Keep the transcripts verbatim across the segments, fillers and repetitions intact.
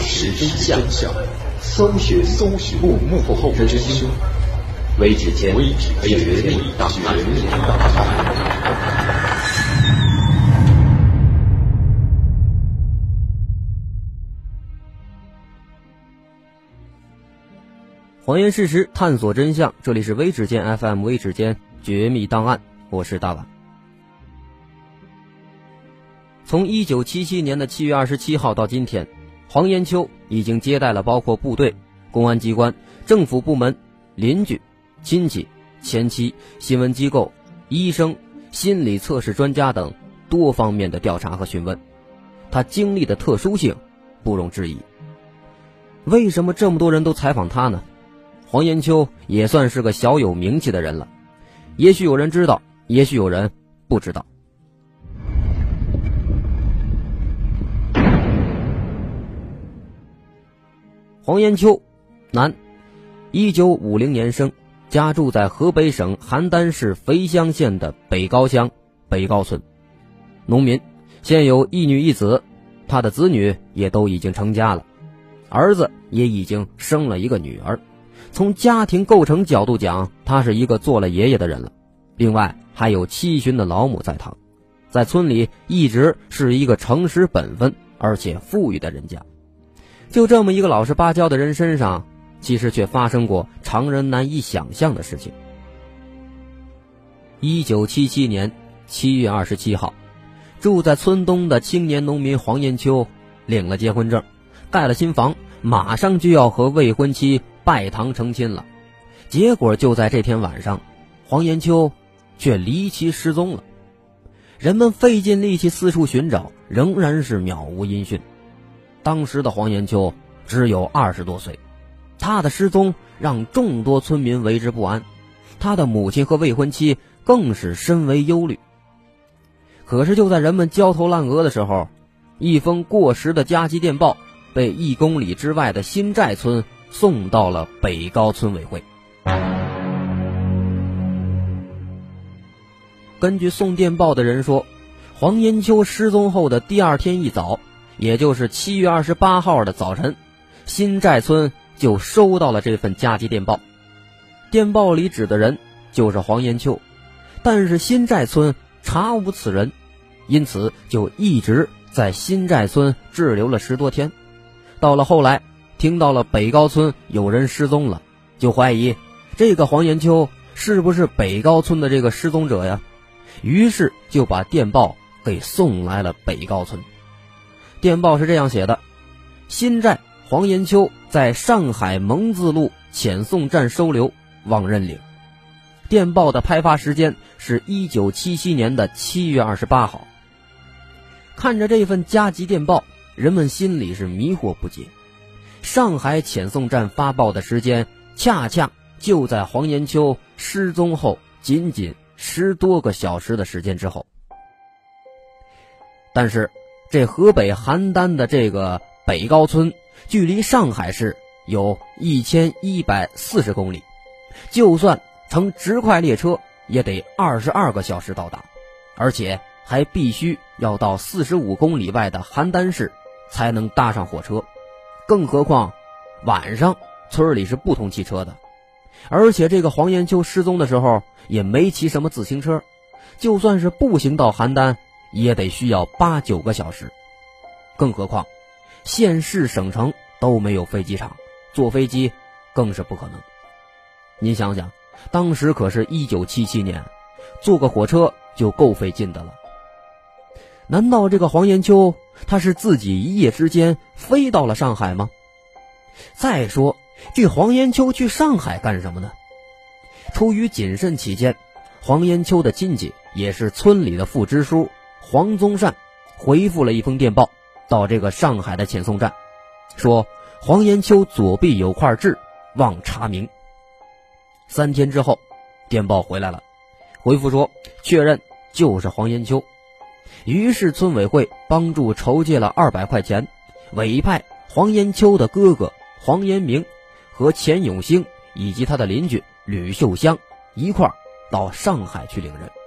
实真相，搜寻搜寻幕幕后真凶。微指尖绝密档案。 还原事实，探索真相，这里是微指尖 F M 微指尖绝密档案，我是大碗。从一九七七年的七月二十七号到今天，黄延秋已经接待了包括部队、公安机关、政府部门、邻居、亲戚、前妻、新闻机构、医生、心理测试专家等多方面的调查和询问。他经历的特殊性不容置疑。为什么这么多人都采访他呢？黄延秋也算是个小有名气的人了，也许有人知道，也许有人不知道。黄延秋，男，一九五零年生，家住在河北省邯郸市肥乡县的北高乡北高村，农民，现有一女一子，他的子女也都已经成家了，儿子也已经生了一个女儿。从家庭构成角度讲，他是一个做了爷爷的人了，另外还有七旬的老母在堂，在村里一直是一个诚实本分而且富裕的人家。就这么一个老实巴交的人身上，其实却发生过常人难以想象的事情。一九七七年七月二十七号，住在村东的青年农民黄延秋领了结婚证，盖了新房，马上就要和未婚妻拜堂成亲了。结果就在这天晚上，黄延秋却离奇失踪了。人们费尽力气四处寻找，仍然是渺无音讯。当时的黄延秋只有二十多岁，他的失踪让众多村民为之不安，他的母亲和未婚妻更是深为忧虑。可是就在人们焦头烂额的时候，一封过时的加急电报被一公里之外的新寨村送到了北高村委会。根据送电报的人说，黄延秋失踪后的第二天一早，也就是七月二十八号的早晨，新寨村就收到了这份加急电报。电报里指的人就是黄延秋，但是新寨村查无此人，因此就一直在新寨村滞留了十多天。到了后来，听到了北高村有人失踪了，就怀疑这个黄延秋是不是北高村的这个失踪者呀？于是就把电报给送来了北高村。电报是这样写的：新寨黄延秋在上海蒙自路遣送站收留，望认领。电报的派发时间是一九七七年的七月二十八号。看着这份加急电报，人们心里是迷惑不解。上海遣送站发报的时间恰恰就在黄延秋失踪后仅仅十多个小时的时间之后。但是这河北邯郸的这个北高村距离上海市有一千一百四十公里，就算乘直快列车也得二十二个小时到达，而且还必须要到四十五公里外的邯郸市才能搭上火车。更何况晚上村里是不通汽车的，而且这个黄延秋失踪的时候也没骑什么自行车，就算是步行到邯郸也得需要八九个小时。更何况县市省城都没有飞机场，坐飞机更是不可能。您想想，当时可是一九七七年，坐个火车就够费劲的了。难道这个黄延秋他是自己一夜之间飞到了上海吗？再说这黄延秋去上海干什么呢？出于谨慎起见，黄延秋的亲戚也是村里的副支书黄宗善回复了一封电报到这个上海的遣送站，说黄延秋左臂有块痣，望查明。三天之后，电报回来了，回复说确认就是黄延秋。于是村委会帮助筹借了二百块钱，委派黄延秋的哥哥黄延明和钱永兴以及他的邻居吕秀香一块儿到上海去领人。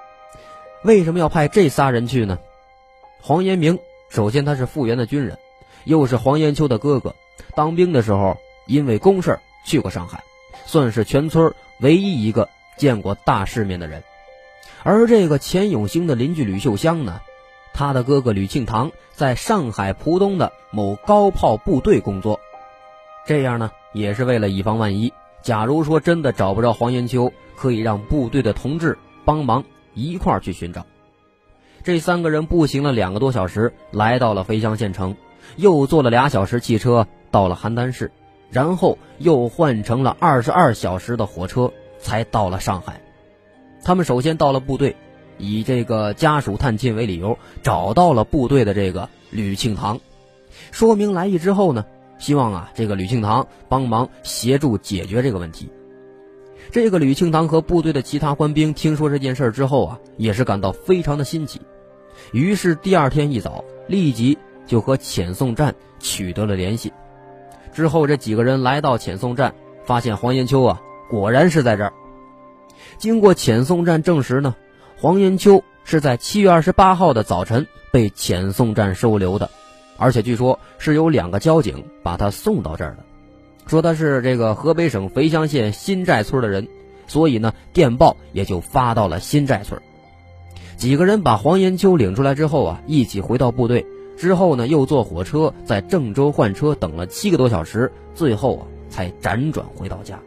为什么要派这仨人去呢？黄延明首先他是复员的军人， 又是黄延秋的哥哥，当兵的时候因为公事去过上海，算是全村唯一一个见过大世面的人。而这个钱永兴的邻居吕秀香呢，他的哥哥吕庆堂在上海浦东的某高炮部队工作，这样呢也是为了以防万一，假如说真的找不着黄延秋，可以让部队的同志帮忙一块儿去寻找。这三个人步行了两个多小时，来到了肥乡县城，又坐了俩小时汽车到了邯郸市，然后又换乘了二十二小时的火车才到了上海。他们首先到了部队，以这个家属探亲为理由，找到了部队的这个吕庆堂，说明来意之后呢，希望啊这个吕庆堂帮忙协助解决这个问题。这个吕庆堂和部队的其他官兵听说这件事之后啊，也是感到非常的新奇，于是第二天一早立即就和遣送站取得了联系。之后这几个人来到遣送站，发现黄延秋啊果然是在这儿。经过遣送站证实呢，黄延秋是在七月二十八号的早晨被遣送站收留的，而且据说是有两个交警把他送到这儿的，说他是这个河北省肥乡县新寨村的人，所以呢电报也就发到了新寨村。几个人把黄延秋领出来之后啊，一起回到部队，之后呢又坐火车在郑州换车等了七个多小时，最后啊才辗转回到家。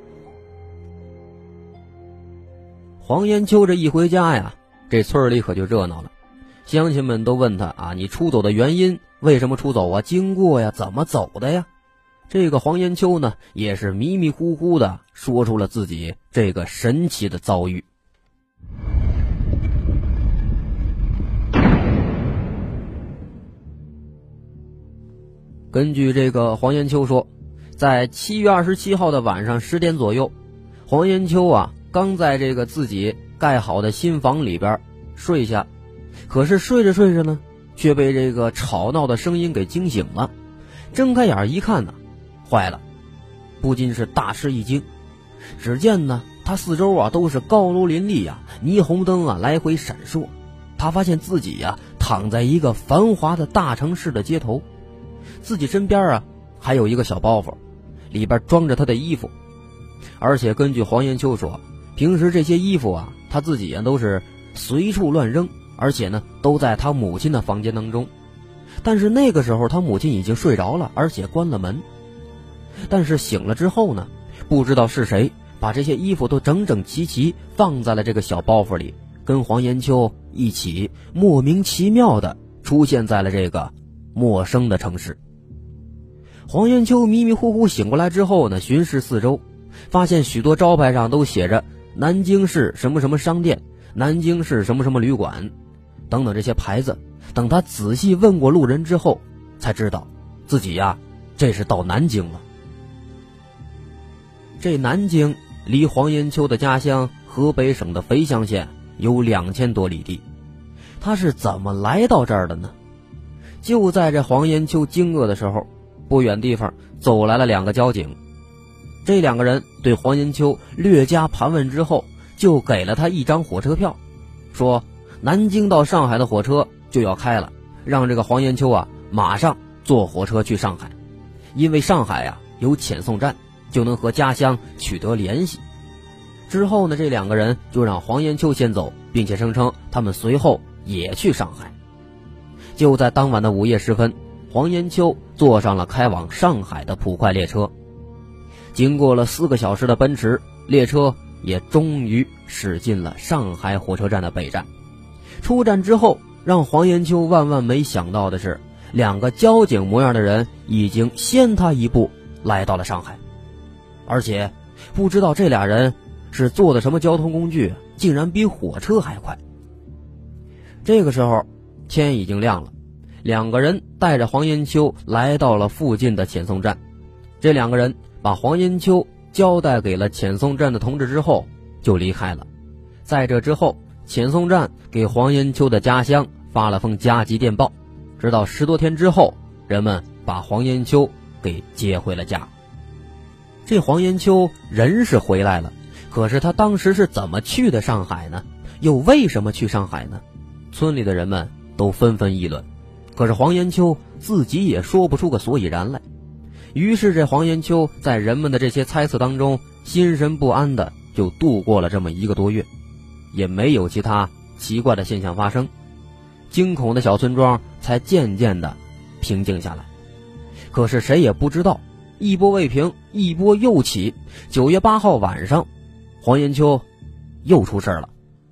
黄延秋这一回家呀，这村里可就热闹了，乡亲们都问他啊，你出走的原因，为什么出走啊，经过呀，怎么走的呀？这个黄延秋呢也是迷迷糊糊的说出了自己这个神奇的遭遇。根据这个黄延秋说，在七月二十七号的晚上十点左右，黄延秋啊刚在这个自己盖好的新房里边睡下，可是睡着睡着呢，却被这个吵闹的声音给惊醒了。睁开眼一看呢，坏了，不禁是大吃一惊。只见呢，他四周啊都是高楼林立啊，霓虹灯啊来回闪烁。他发现自己呀、啊、躺在一个繁华的大城市的街头，自己身边啊还有一个小包袱，里边装着他的衣服。而且根据黄延秋说，平时这些衣服啊他自己啊都是随处乱扔，而且呢都在他母亲的房间当中。但是那个时候他母亲已经睡着了，而且关了门。但是醒了之后呢，不知道是谁把这些衣服都整整齐齐放在了这个小包袱里，跟黄延秋一起莫名其妙的出现在了这个陌生的城市。黄延秋迷迷糊糊醒过来之后呢，巡视四周，发现许多招牌上都写着南京市什么什么商店、南京市什么什么旅馆等等这些牌子。等他仔细问过路人之后，才知道自己呀这是到南京了。这南京离黄延秋的家乡河北省的肥乡县有两千多里地，他是怎么来到这儿的呢？就在这黄延秋惊愕的时候，不远地方走来了两个交警。这两个人对黄延秋略加盘问之后，就给了他一张火车票，说南京到上海的火车就要开了，让这个黄延秋啊马上坐火车去上海，因为上海啊有遣送站，就能和家乡取得联系。之后呢，这两个人就让黄延秋先走，并且声称他们随后也去上海。就在当晚的午夜时分，黄延秋坐上了开往上海的普快列车。经过了四个小时的奔驰，列车也终于驶进了上海火车站的北站。出站之后，让黄延秋万万没想到的是，两个交警模样的人已经先他一步来到了上海，而且不知道这俩人是坐的什么交通工具，竟然比火车还快。这个时候天已经亮了，两个人带着黄延秋来到了附近的遣送站。这两个人把黄延秋交代给了遣送站的同志之后就离开了。在这之后，遣送站给黄延秋的家乡发了封加急电报，直到十多天之后，人们把黄延秋给接回了家。这黄延秋人是回来了，可是他当时是怎么去的上海呢？又为什么去上海呢？村里的人们都纷纷议论， 可是黄延秋自己也说不出个所以然来。于是这黄延秋在人们的这些猜测当中，心神不安的就度过了这么一个多月，也没有其他奇怪的现象发生，惊恐的小村庄才渐渐的平静下来。可是谁也不知道，一波未平，一波又起。九月八号晚上，黄延秋又出事了。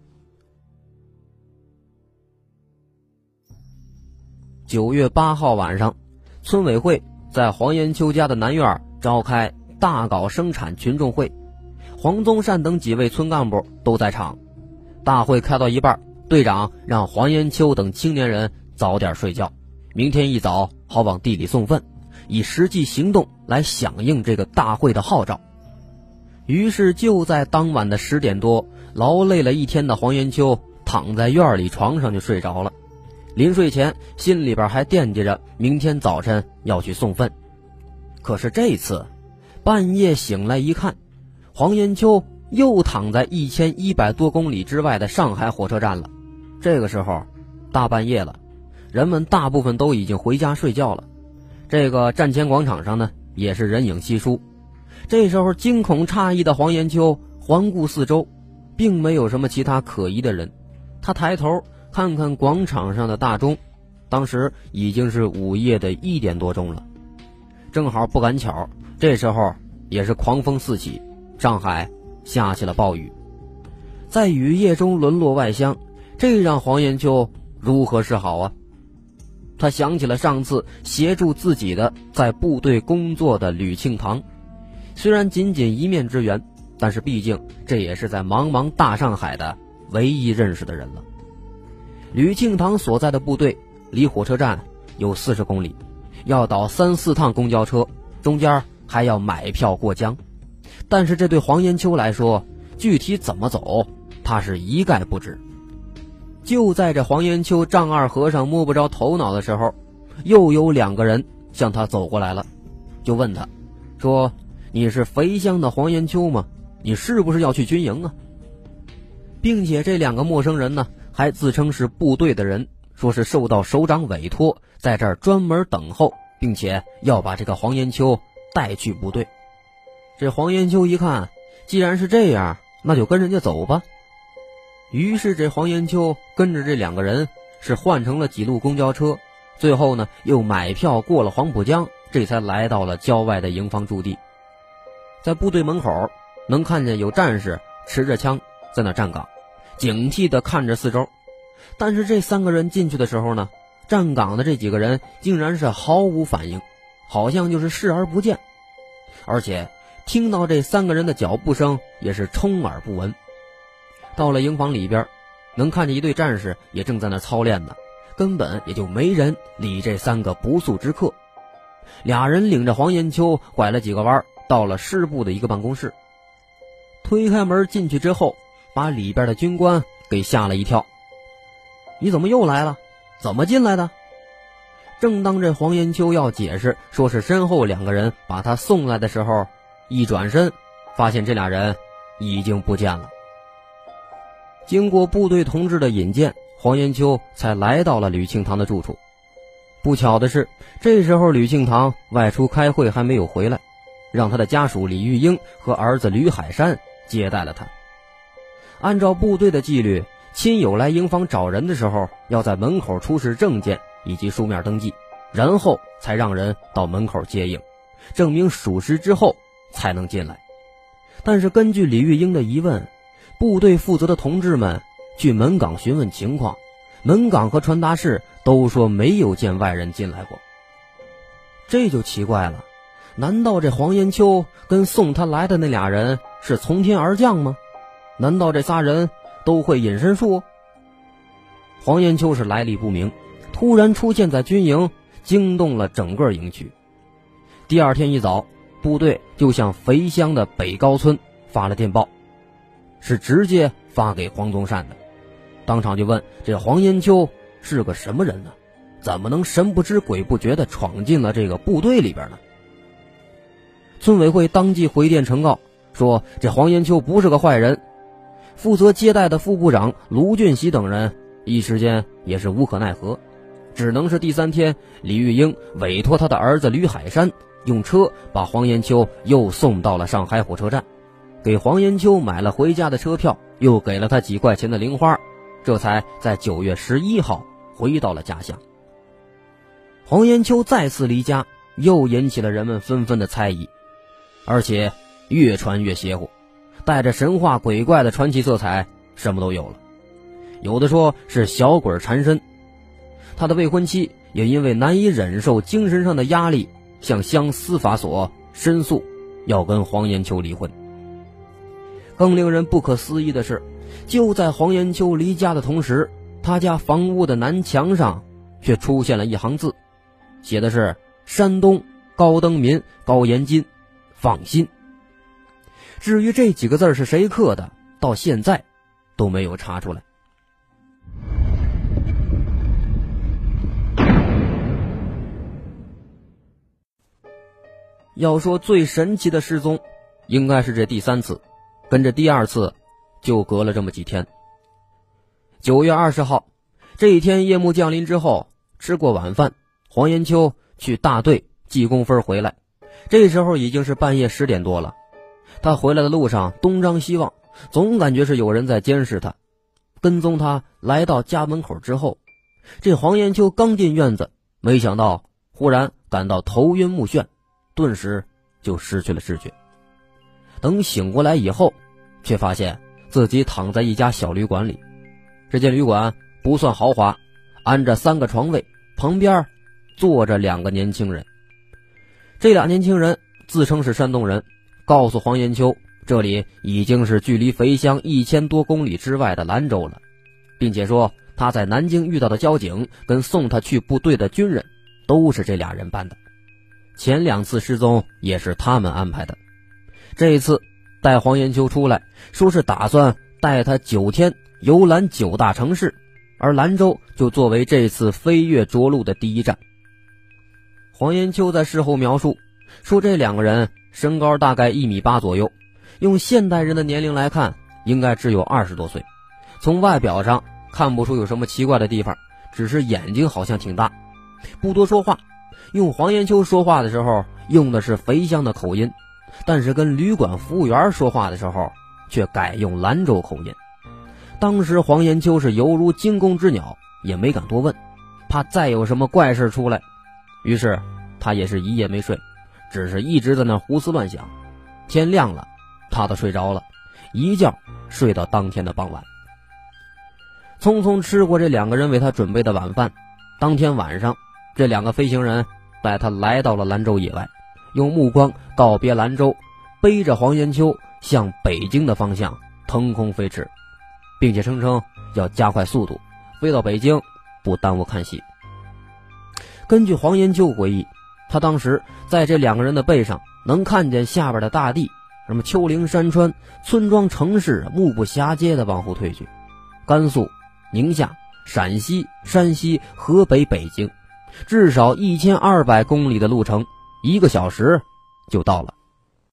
九月八号晚上，村委会在黄延秋家的南院召开大搞生产群众会，黄宗善等几位村干部都在场。大会开到一半，队长让黄延秋等青年人早点睡觉，明天一早好往地里送粪，以实际行动来响应这个大会的号召。于是就在当晚的十点多，劳累了一天的黄延秋躺在院里床上就睡着了。临睡前心里边还惦记着明天早晨要去送粪。可是这次半夜醒来一看，黄延秋又躺在一千一百多公里之外的上海火车站了。这个时候大半夜了，人们大部分都已经回家睡觉了。这个站前广场上呢也是人影稀疏。这时候惊恐诧异的黄延秋环顾四周，并没有什么其他可疑的人。他抬头看看广场上的大钟，当时已经是午夜的一点多钟了。正好不赶巧，这时候也是狂风四起，上海下起了暴雨。在雨夜中沦落外乡，这让黄延秋如何是好啊？他想起了上次协助自己的在部队工作的吕庆堂，虽然仅仅一面之缘，但是毕竟这也是在茫茫大上海的唯一认识的人了。吕庆堂所在的部队离火车站有四十公里，要倒三四趟公交车，中间还要买票过江。但是这对黄延秋来说，具体怎么走他是一概不知。就在这黄延秋丈二和尚摸不着头脑的时候，又有两个人向他走过来了，就问他说，你是肥乡的黄延秋吗？你是不是要去军营啊？并且这两个陌生人呢还自称是部队的人，说是受到首长委托，在这儿专门等候，并且要把这个黄延秋带去部队。这黄延秋一看，既然是这样，那就跟人家走吧。于是这黄延秋跟着这两个人是换成了几路公交车，最后呢又买票过了黄浦江，这才来到了郊外的营房驻地。在部队门口能看见有战士持着枪在那站岗，警惕地看着四周。但是这三个人进去的时候呢，站岗的这几个人竟然是毫无反应，好像就是视而不见，而且听到这三个人的脚步声也是充耳不闻。到了营房里边，能看见一队战士也正在那操练呢，根本也就没人理这三个不速之客。俩人领着黄延秋拐了几个弯，到了师部的一个办公室。推开门进去之后，把里边的军官给吓了一跳。你怎么又来了？怎么进来的？正当这黄延秋要解释说是身后两个人把他送来的时候，一转身发现这俩人已经不见了。经过部队同志的引荐，黄延秋才来到了吕庆堂的住处。不巧的是，这时候吕庆堂外出开会还没有回来，让他的家属李玉英和儿子吕海山接待了他。按照部队的纪律，亲友来营房找人的时候，要在门口出示证件以及书面登记，然后才让人到门口接应，证明属实之后才能进来。但是根据李玉英的疑问，部队负责的同志们去门岗询问情况，门岗和传达室都说没有见外人进来过。这就奇怪了，难道这黄延秋跟送他来的那俩人是从天而降吗？难道这仨人都会隐身术？黄延秋是来历不明，突然出现在军营，惊动了整个营区。第二天一早，部队就向肥乡的北高村发了电报，是直接发给黄宗善的。当场就问这黄延秋是个什么人呢？怎么能神不知鬼不觉地闯进了这个部队里边呢？村委会当即回电呈告说，这黄延秋不是个坏人。负责接待的副部长卢俊喜等人一时间也是无可奈何， 只能是第三天，李玉英委托他的儿子吕海山用车把黄延秋又送到了上海火车站，给黄延秋买了回家的车票，又给了他几块钱的零花，这才在九月十一号回到了家乡。黄延秋再次离家，又引起了人们纷纷的猜疑，而且越传越邪乎，带着神话鬼怪的传奇色彩，什么都有了。有的说是小鬼缠身，他的未婚妻也因为难以忍受精神上的压力，向乡司法所申诉，要跟黄延秋离婚。更令人不可思议的是，就在黄延秋离家的同时，他家房屋的南墙上却出现了一行字，写的是山东高登民高延金放心。至于这几个字是谁刻的，到现在都没有查出来。要说最神奇的失踪，应该是这第三次，跟这第二次就隔了这么几天。九月二十号，这一天夜幕降临之后，吃过晚饭，黄延秋去大队记工分回来，这时候已经是半夜十点多了。他回来的路上东张西望，总感觉是有人在监视他。跟踪他来到家门口之后，这黄延秋刚进院子，没想到忽然感到头晕目眩，顿时就失去了知觉。等醒过来以后，却发现自己躺在一家小旅馆里。这间旅馆不算豪华，安着三个床位，旁边坐着两个年轻人。这俩年轻人自称是山东人，告诉黄延秋这里已经是距离肥乡一千多公里之外的兰州了，并且说他在南京遇到的交警跟送他去部队的军人都是这俩人办的，前两次失踪也是他们安排的。这一次带黄延秋出来，说是打算带他九天游览九大城市，而兰州就作为这次飞越着陆的第一站。黄延秋在事后描述说，这两个人身高大概一米八左右，用现代人的年龄来看，应该只有二十多岁。从外表上看不出有什么奇怪的地方，只是眼睛好像挺大，不多说话。用黄延秋说话的时候用的是肥乡的口音，但是跟旅馆服务员说话的时候却改用兰州口音。当时黄延秋是犹如惊弓之鸟，也没敢多问，怕再有什么怪事出来。于是他也是一夜没睡，只是一直在那胡思乱想。天亮了，他都睡着了，一觉睡到当天的傍晚。匆匆吃过这两个人为他准备的晚饭，当天晚上，这两个飞行人带他来到了兰州以外，用目光告别兰州，背着黄延秋向北京的方向腾空飞驰，并且声称要加快速度，飞到北京不耽误看戏。根据黄延秋回忆，他当时在这两个人的背上能看见下边的大地，什么丘陵山川、村庄城市目不暇接地往后退去，甘肃、宁夏、陕西、山西、河北、北京，至少一千二百公里的路程，一个小时就到了。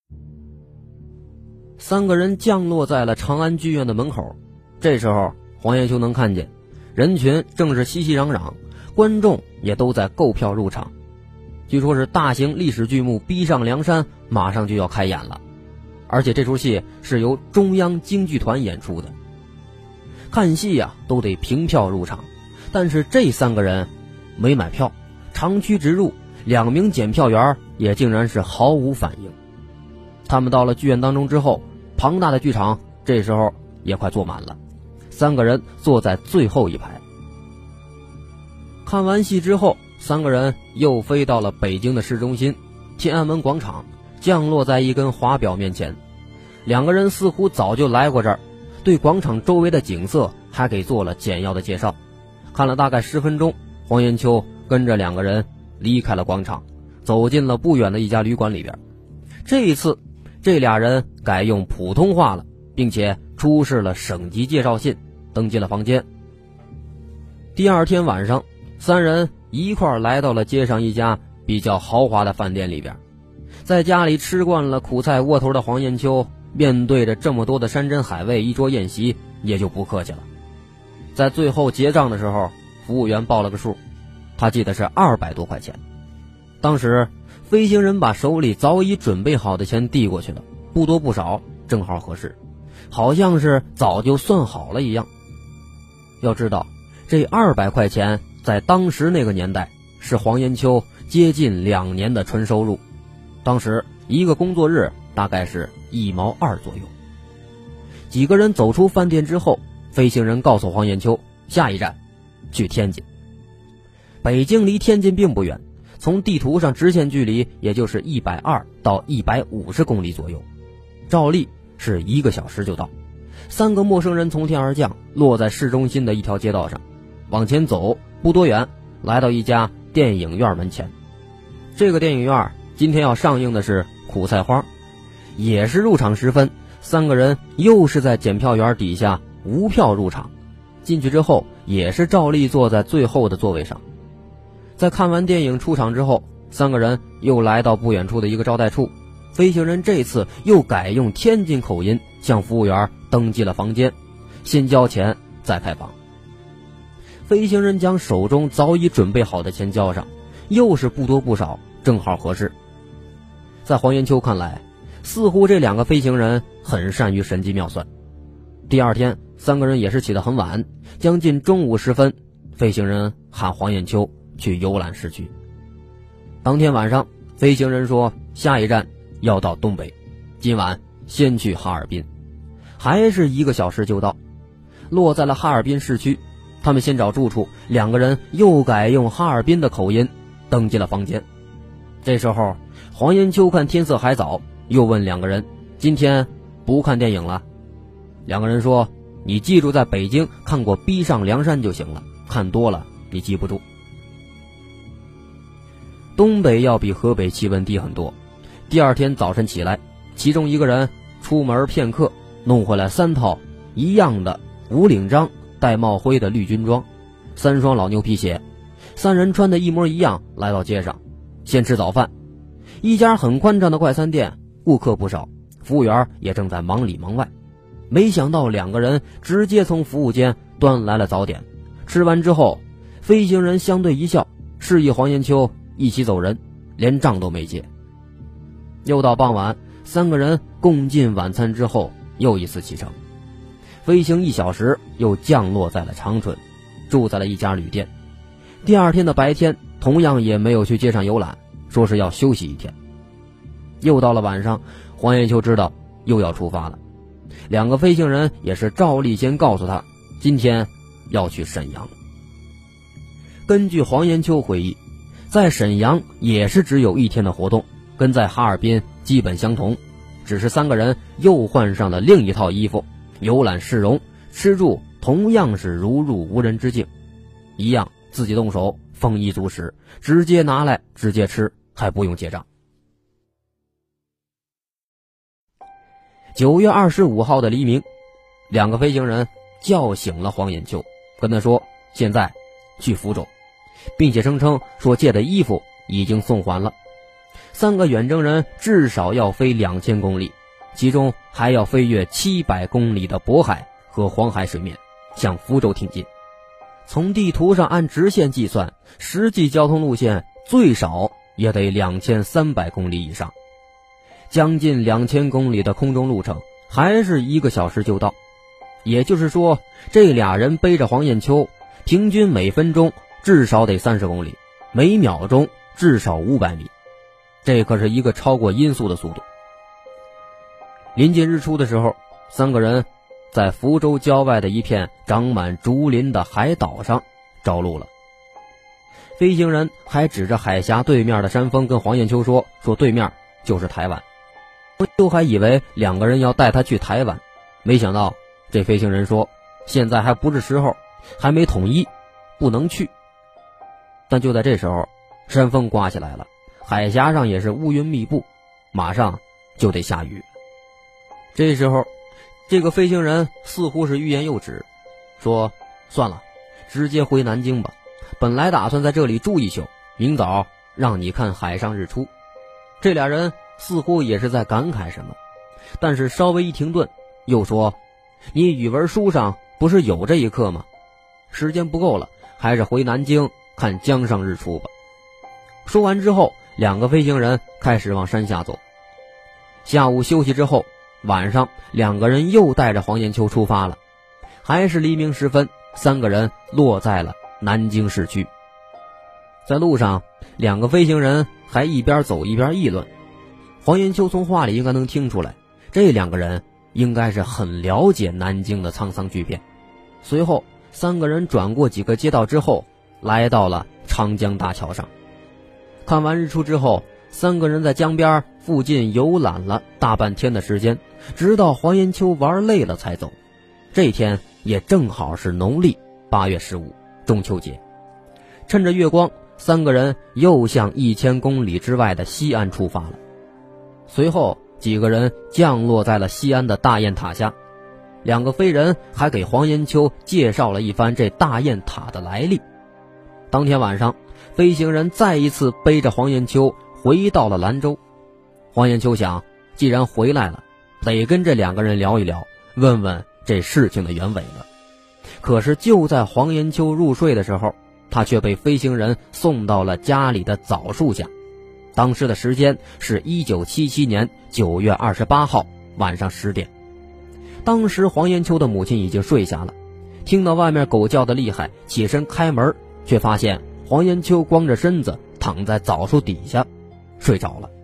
三个人降落在了长安剧院的门口，这时候黄延秋能看见人群正是熙熙攘攘，观众也都在购票入场。据说是大型历史剧目《逼上梁山》马上就要开演了，而且这出戏是由中央京剧团演出的。看戏啊都得凭票入场，但是这三个人没买票，长驱直入，两名检票员也竟然是毫无反应。他们到了剧院当中之后，庞大的剧场这时候也快坐满了，三个人坐在最后一排。看完戏之后，三个人又飞到了北京的市中心天安门广场，降落在一根华表面前。两个人似乎早就来过这儿，对广场周围的景色还给做了简要的介绍。看了大概十分钟，黄延秋跟着两个人离开了广场，走进了不远的一家旅馆里边。这一次这俩人改用普通话了，并且出示了省级介绍信，登进了房间。第二天晚上，三人一块儿来到了街上一家比较豪华的饭店里边。在家里吃惯了苦菜窝头的黄延秋，面对着这么多的山珍海味，一桌宴席也就不客气了。在最后结账的时候，服务员报了个数， 他记得是二百多块钱。当时飞行人把手里早已准备好的钱递过去了，不多不少，正好合适，好像是早就算好了一样。要知道这二百块钱在当时那个年代是黄延秋接近两年的纯收入，当时一个工作日大概是一毛二左右。几个人走出饭店之后，飞行人告诉黄延秋，下一站去天津。北京离天津并不远，从地图上直线距离也就是一百二到一百五十公里左右，照例是一个小时就到。三个陌生人从天而降，落在市中心的一条街道上，往前走不多远，来到一家电影院门前。这个电影院今天要上映的是《苦菜花》，也是入场时分，三个人又是在检票员底下无票入场，进去之后也是照例坐在最后的座位上。在看完电影出场之后，三个人又来到不远处的一个招待处，飞行人这次又改用天津口音向服务员登记了房间，先交钱再开房。飞行人将手中早已准备好的钱交上，又是不多不少，正好合适。在黄延秋看来，似乎这两个飞行人很善于神机妙算。第二天三个人也是起得很晚，将近中午时分，飞行人喊黄延秋去游览市区。当天晚上飞行人说下一站要到东北，今晚先去哈尔滨，还是一个小时就到。落在了哈尔滨市区，他们先找住处，两个人又改用哈尔滨的口音登记了房间。这时候黄延秋看天色还早，又问两个人今天不看电影了。两个人说你记住在北京看过逼上梁山就行了，看多了你记不住。东北要比河北气温低很多。第二天早晨起来，其中一个人出门片刻，弄回来三套一样的无领章带帽徽的绿军装，三双老牛皮鞋。三人穿的一模一样，来到街上先吃早饭。一家很宽敞的快餐店，顾客不少，服务员也正在忙里忙外。没想到两个人直接从服务间端来了早点。吃完之后，飞行人相对一笑，示意黄延秋一起走人，连账都没结。又到傍晚，三个人共进晚餐之后，又一次启程。飞行一小时，又降落在了长春，住在了一家旅店。第二天的白天，同样也没有去街上游览，说是要休息一天。又到了晚上，黄延秋知道又要出发了。两个飞行人也是照例先告诉他，今天要去沈阳。根据黄延秋回忆，在沈阳也是只有一天的活动，跟在哈尔滨基本相同，只是三个人又换上了另一套衣服，游览市容，吃住同样是如入无人之境，一样自己动手，丰衣足食，直接拿来直接吃，还不用结账。九月二十五号的黎明，两个飞行人叫醒了黄延秋，跟他说现在去福州，并且声称说借的衣服已经送还了。三个远征人至少要飞两千公里，其中还要飞越七百公里的渤海和黄海水面，向福州挺进。从地图上按直线计算，实际交通路线最少也得两千三百公里以上，将近两千公里的空中路程，还是一个小时就到。也就是说，这俩人背着黄延秋，平均每分钟至少得三十公里，每秒钟至少五百米，这可是一个超过音速的速度。临近日出的时候，三个人在福州郊外的一片长满竹林的海岛上着陆了。飞行人还指着海峡对面的山峰跟黄延秋说，说对面就是台湾。黄延秋还以为两个人要带他去台湾，没想到这飞行人说现在还不是时候，还没统一，不能去。但就在这时候，山风刮起来了，海峡上也是乌云密布，马上就得下雨。这时候这个飞行人似乎是欲言又止，说算了，直接回南京吧，本来打算在这里住一宿，明早让你看海上日出。这俩人似乎也是在感慨什么，但是稍微一停顿，又说你语文书上不是有这一课吗？时间不够了，还是回南京看江上日出吧。说完之后，两个飞行人开始往山下走。下午休息之后，晚上两个人又带着黄延秋出发了。还是黎明时分，三个人落在了南京市区。在路上，两个飞行人还一边走一边议论。黄延秋从话里应该能听出来，这两个人应该是很了解南京的沧桑巨变。随后三个人转过几个街道之后，来到了长江大桥上。看完日出之后，三个人在江边附近游览了大半天的时间，直到黄延秋玩累了才走。这天也正好是农历八月十五，中秋节。趁着月光，三个人又向一千公里之外的西安出发了。随后几个人降落在了西安的大雁塔下。两个飞人还给黄延秋介绍了一番这大雁塔的来历。当天晚上，飞行人再一次背着黄延秋回到了兰州。黄延秋想，既然回来了，得跟这两个人聊一聊，问问这事情的原委了。可是就在黄延秋入睡的时候，他却被飞行人送到了家里的枣树下。当时的时间是一九七七年九月二十八号晚上十点。当时黄延秋的母亲已经睡下了，听到外面狗叫的厉害，起身开门，却发现黄延秋光着身子躺在枣树底下睡着了。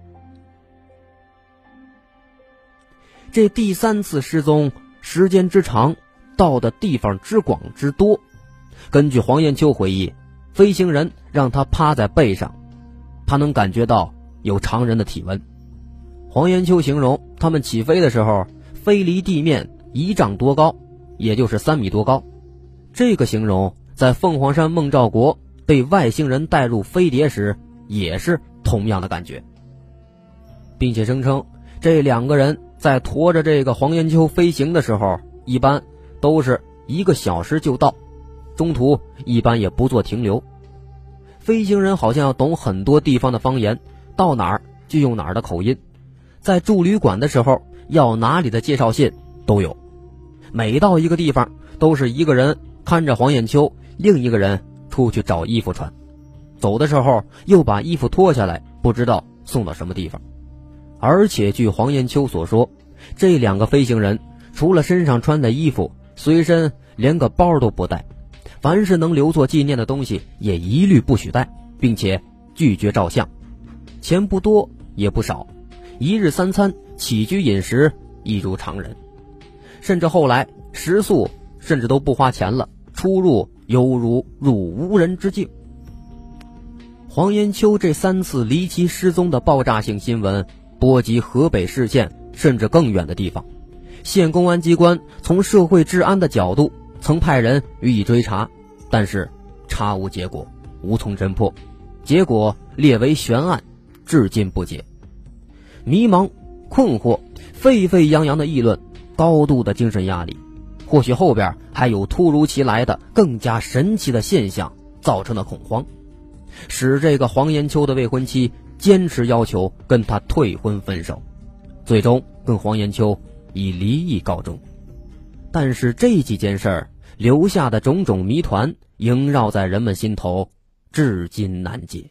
这第三次失踪时间之长，到的地方之广之多。根据黄延秋回忆，飞行人让他趴在背上，他能感觉到有常人的体温。黄延秋形容他们起飞的时候，飞离地面一丈多高，也就是三米多高。这个形容在凤凰山孟兆国被外星人带入飞碟时也是同样的感觉，并且声称这两个人在驮着这个黄延秋飞行的时候，一般都是一个小时就到，中途一般也不做停留。飞行人好像要懂很多地方的方言，到哪儿就用哪儿的口音。在住旅馆的时候，要哪里的介绍信都有。每到一个地方，都是一个人看着黄延秋，另一个人出去找衣服穿。走的时候又把衣服脱下来，不知道送到什么地方。而且据黄延秋所说，这两个飞行人除了身上穿的衣服，随身连个包都不带，凡是能留作纪念的东西也一律不许带，并且拒绝照相。钱不多也不少，一日三餐起居饮食一如常人，甚至后来食宿甚至都不花钱了，出入犹如入无人之境。黄延秋这三次离奇失踪的爆炸性新闻波及河北市县甚至更远的地方，县公安机关从社会治安的角度曾派人予以追查，但是查无结果，无从侦破，结果列为悬案，至今不解。迷茫、困惑、沸沸扬扬的议论，高度的精神压力，或许后边还有突如其来的更加神奇的现象造成的恐慌，使这个黄延秋的未婚妻坚持要求跟他退婚分手，最终跟黄延秋以离异告终。但是这几件事儿留下的种种谜团萦绕在人们心头，至今难解。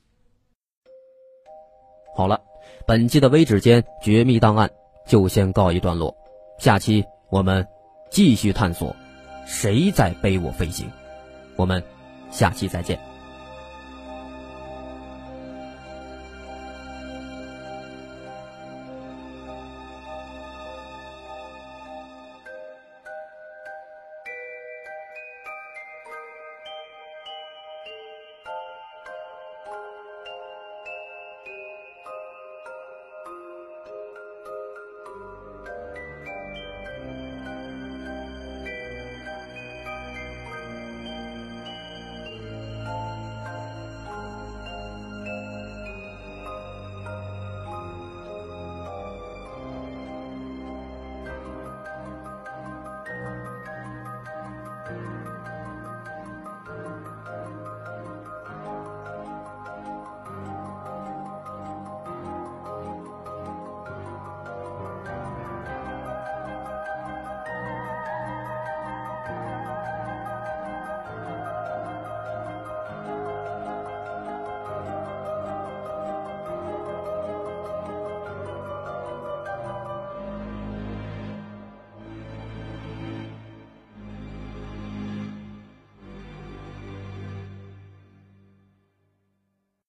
好了，本期的微指尖绝密档案就先告一段落，下期我们继续探索谁在背我飞行。我们下期再见。